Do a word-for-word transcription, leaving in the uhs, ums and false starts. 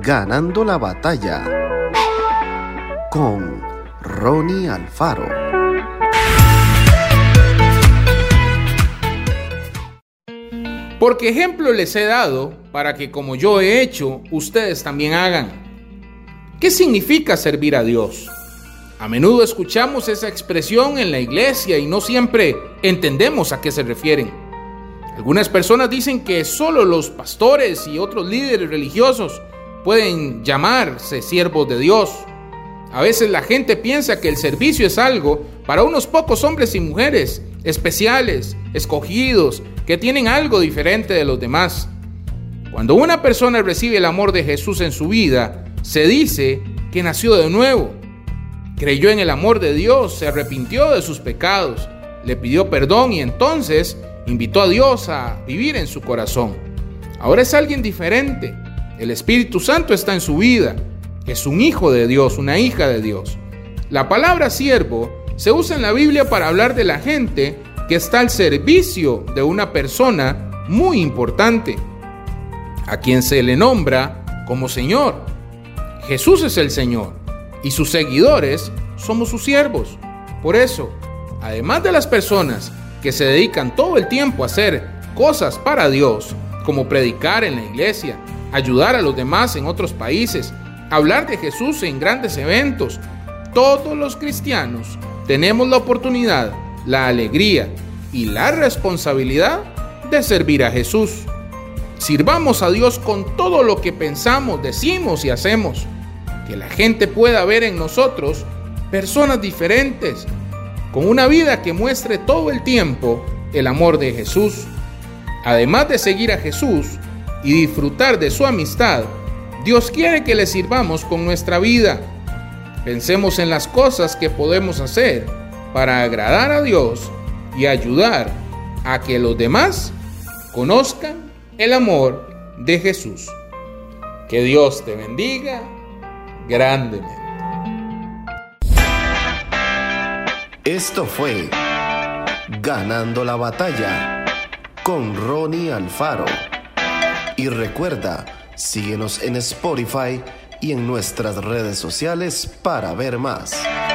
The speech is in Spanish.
Ganando la batalla con Ronnie Alfaro. Porque ejemplo les he dado para que como yo he hecho, ustedes también hagan. ¿Qué significa servir a Dios? A menudo escuchamos esa expresión en la iglesia y no siempre entendemos a qué se refieren. Algunas personas dicen que solo los pastores y otros líderes religiosos pueden llamarse siervos de Dios. A veces la gente piensa que el servicio es algo para unos pocos hombres y mujeres especiales, escogidos, que tienen algo diferente de los demás. Cuando una persona recibe el amor de Jesús en su vida, se dice que nació de nuevo. Creyó en el amor de Dios, se arrepintió de sus pecados, le pidió perdón y entonces invitó a Dios a vivir en su corazón. Ahora es alguien diferente. El Espíritu Santo está en su vida. Es un hijo de Dios, una hija de Dios. La palabra siervo se usa en la Biblia para hablar de la gente que está al servicio de una persona muy importante, a quien se le nombra como Señor. Jesús es el Señor y sus seguidores somos sus siervos. Por eso, además de las personas que se dedican todo el tiempo a hacer cosas para Dios, como predicar en la iglesia, ayudar a los demás en otros países, hablar de Jesús en grandes eventos, todos los cristianos tenemos la oportunidad, la alegría y la responsabilidad de servir a Jesús. Sirvamos a Dios con todo lo que pensamos, decimos y hacemos. Que la gente pueda ver en nosotros personas diferentes, con una vida que muestre todo el tiempo el amor de Jesús. Además de seguir a Jesús y disfrutar de su amistad, Dios quiere que le sirvamos con nuestra vida. Pensemos en las cosas que podemos hacer para agradar a Dios y ayudar a que los demás conozcan el amor de Jesús. Que Dios te bendiga grandemente. Esto fue Ganando la batalla con Ronnie Alfaro. Y recuerda, síguenos en Spotify y en nuestras redes sociales para ver más.